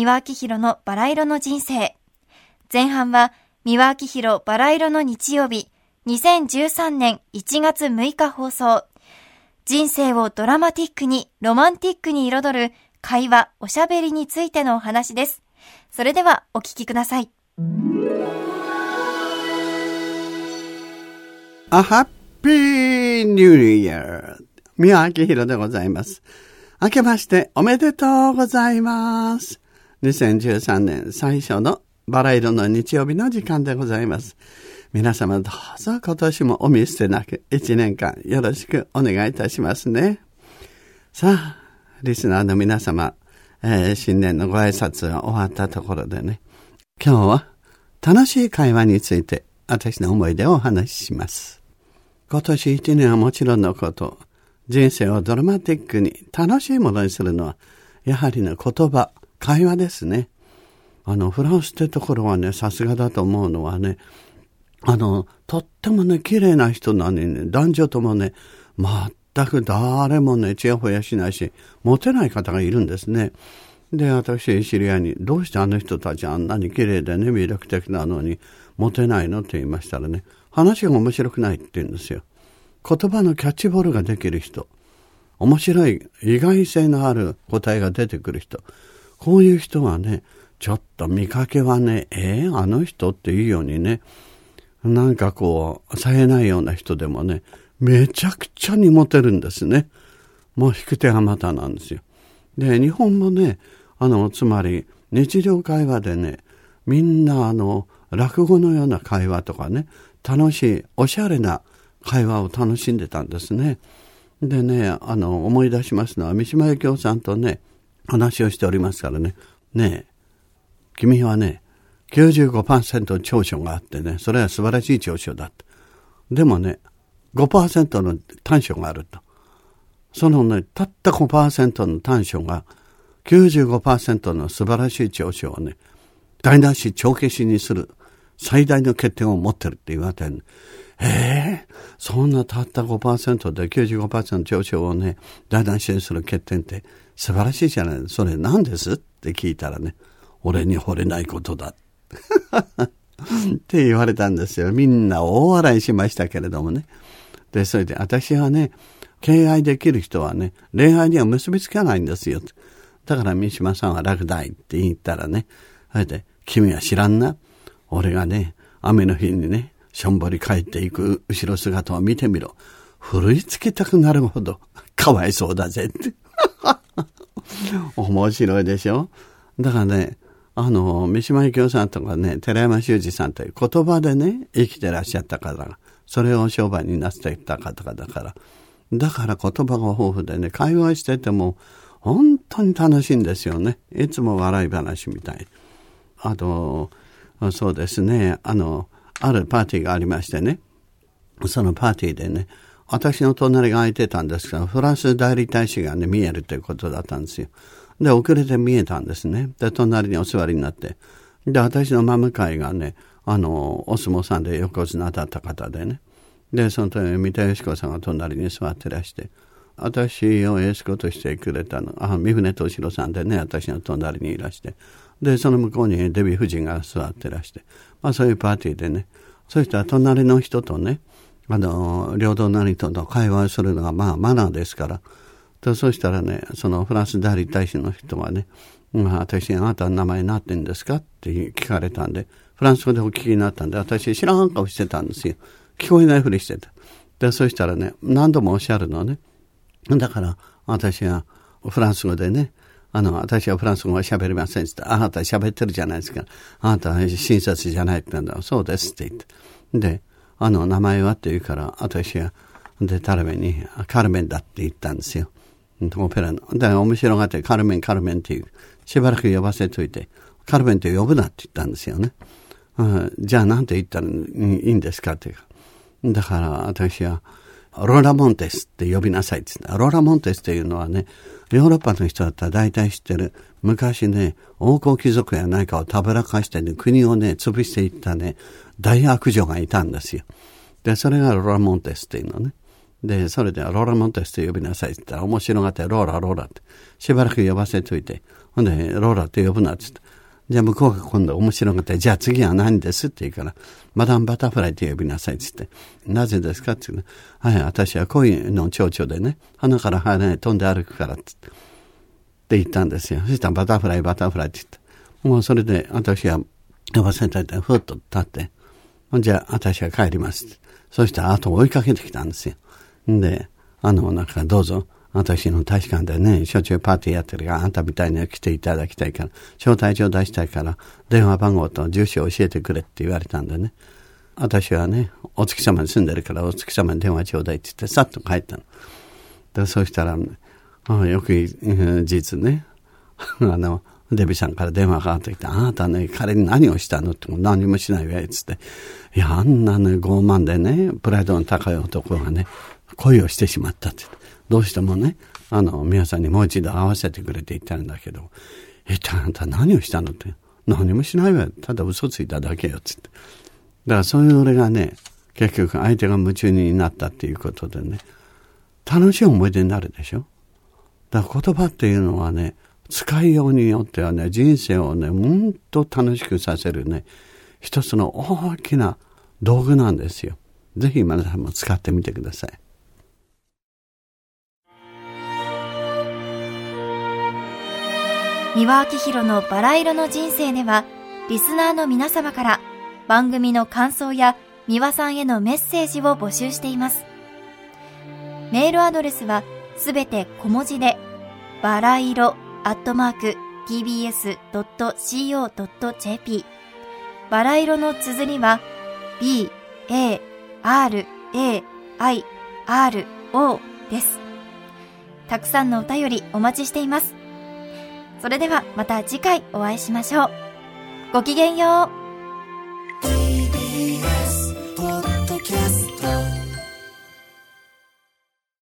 三輪明宏のバラ色の人生。前半は三輪明宏バラ色の日曜日、2013年1月6日放送。人生をドラマティックにロマンティックに彩る会話、おしゃべりについてのお話です。それではお聞きください。 A Happy New Year! 三輪明宏でございます。明けましておめでとうございます。2013年最初のバラ色の日曜日の時間でございます。皆様どうぞ今年もお見捨てなく1年間よろしくお願いいたしますね。さあ、リスナーの皆様、新年のご挨拶が終わったところでね、今日は楽しい会話について私の思い出をお話しします。今年1年はもちろんのこと、人生をドラマティックに楽しいものにするのはやはりね、言葉、会話ですね。フランスってところはね、さすがだと思うのはね、とってもね、綺麗な人なのにね、男女ともね、全く誰もね、ちやほやしないし、モテない方がいるんですね。で、私、知り合いに、どうしてあの人たちあんなに綺麗でね、魅力的なのに、モテないのって言いましたらね、話が面白くないって言うんですよ。言葉のキャッチボールができる人、面白い、意外性のある答えが出てくる人、こういう人はね、ちょっと見かけはね、あの人っていうようにね、なんかこう、冴えないような人でもね、めちゃくちゃにモテるんですね。もう引く手あまたなんですよ。で、日本もね、つまり日常会話でね、みんな落語のような会話とかね、楽しい、おしゃれな会話を楽しんでたんですね。でね、思い出しますのは、三島由紀夫さんとね、話をしておりますからね、ねえ、君はね、95% 長所があってね、それは素晴らしい長所だって。でもね、5% の短所があると。そのね、たった 5% の短所が 95% の素晴らしい長所をね、台無し帳消しにする最大の欠点を持ってるって言われてる。そんなたった 5% で 95% の長所をね、台無しにする欠点って素晴らしいじゃない。それ何ですって聞いたらね、俺に惚れないことだって言われたんですよ。みんな大笑いしましたけれどもね。で、それで私はね、敬愛できる人はね、恋愛には結びつかないんですよ。だから三島さんは楽だいって言ったらね、それで、君は知らんな。俺がね、雨の日にね、しょんぼり帰っていく後ろ姿を見てみろ。震いつきたくなるほどかわいそうだぜって。面白いでしょ。だからね、三島由紀夫さんとかね、寺山修司さんという言葉でね、生きてらっしゃった方が、それを商売になっていった方だから、言葉が豊富でね、会話してても本当に楽しいんですよね。いつも笑い話みたい。そうですね、あるパーティーがありましてね、そのパーティーでね、私の隣が空いてたんですが、フランス代理大使がね、見えるということだったんですよ。で、遅れて見えたんですね。で、隣にお座りになって。で、私の真向かいがね、お相撲さんで横綱だった方でね。で、その時に三田佳子さんが隣に座ってらして、私をエスコートしてくれたの、三船敏郎さんでね、私の隣にいらして。で、その向こうにデヴィ夫人が座ってらして。そういうパーティーでね、そしたら隣の人とね、両隣との会話をするのがマナーですから。で、そしたらね、そのフランス代理大使の人はね、私、あなたの名前になってんですかって聞かれたんで、フランス語でお聞きになったんで、私知らん顔してたんですよ。聞こえないふりしてた。で、そしたらね、何度もおっしゃるのね。だから、私はフランス語でね、私はフランス語は喋りませんって言ったら、あなた喋ってるじゃないですか。あなたは親切じゃないって言うんだ。そうですって言って。で、名前はって言うから、私は、で、タルメンに、カルメンだって言ったんですよ。オペラの。だから面白がってカルメンっていう、しばらく呼ばせといて、カルメンって呼ぶなって言ったんですよね。じゃあなんて言ったらいいんですかっていうか。だから私は、ローラモンテスって呼びなさいって言った。ローラモンテスっていうのはね、ヨーロッパの人だったら大体知ってる。昔ね、王侯貴族や何かをたぶらかしてね、国をね、潰していったね、大悪女がいたんですよ。で、それがローラモンテスっていうのね。 で、それでローラモンテスと呼びなさいって言ったら、面白がってローラローラって、しばらく呼ばせといて、ほんで、ローラって呼ぶなって言った。じゃあ向こうが今度面白がって、じゃあ次は何ですって言うから、マダムバタフライって呼びなさいって言って、なぜですかって言うの。はい、私は恋の蝶々でね、花から花へ飛んで歩くからって言ったんですよ。そしたらバタフライって言って。もうそれで私は呼ばせといて、ふっと立って、じゃあ私は帰りますって。そしたら後を追いかけてきたんですよ。で、なんかどうぞ。私の大使館でね、しょっちゅうパーティーやってるから、あんたみたいに来ていただきたいから、招待状出したいから、電話番号と住所を教えてくれって言われたんでね。私はね、お月様に住んでるから、お月様に電話ちょうだいって言って、さっと帰ったの。で、そうしたら、よく実ね、デビさんから電話がかかってきて、あなたね、彼に何をしたのって、何もしないわよ、つって。いや、あんなね、傲慢でね、プライドの高い男がね、恋をしてしまったって。どうしてもね、皆さんにもう一度会わせてくれて言ったんだけど、あなた何をしたのって。何もしないわよ。ただ嘘ついただけよ、つって。だからそういう俺がね、結局相手が夢中になったっていうことでね、楽しい思い出になるでしょ。だから言葉っていうのはね、使いようによってはね、人生をね、うんと楽しくさせるね、一つの大きな道具なんですよ。ぜひ皆さんも使ってみてください。 三輪明宏のバラ色の人生では、リスナーの皆様から番組の感想や三輪さんへのメッセージを募集しています。メールアドレスはすべて小文字で、バラ色@tbs.co.jp。バラ色の綴りは BARAIRO です。たくさんのお便りお待ちしています。それではまた次回お会いしましょう。ごきげんよう。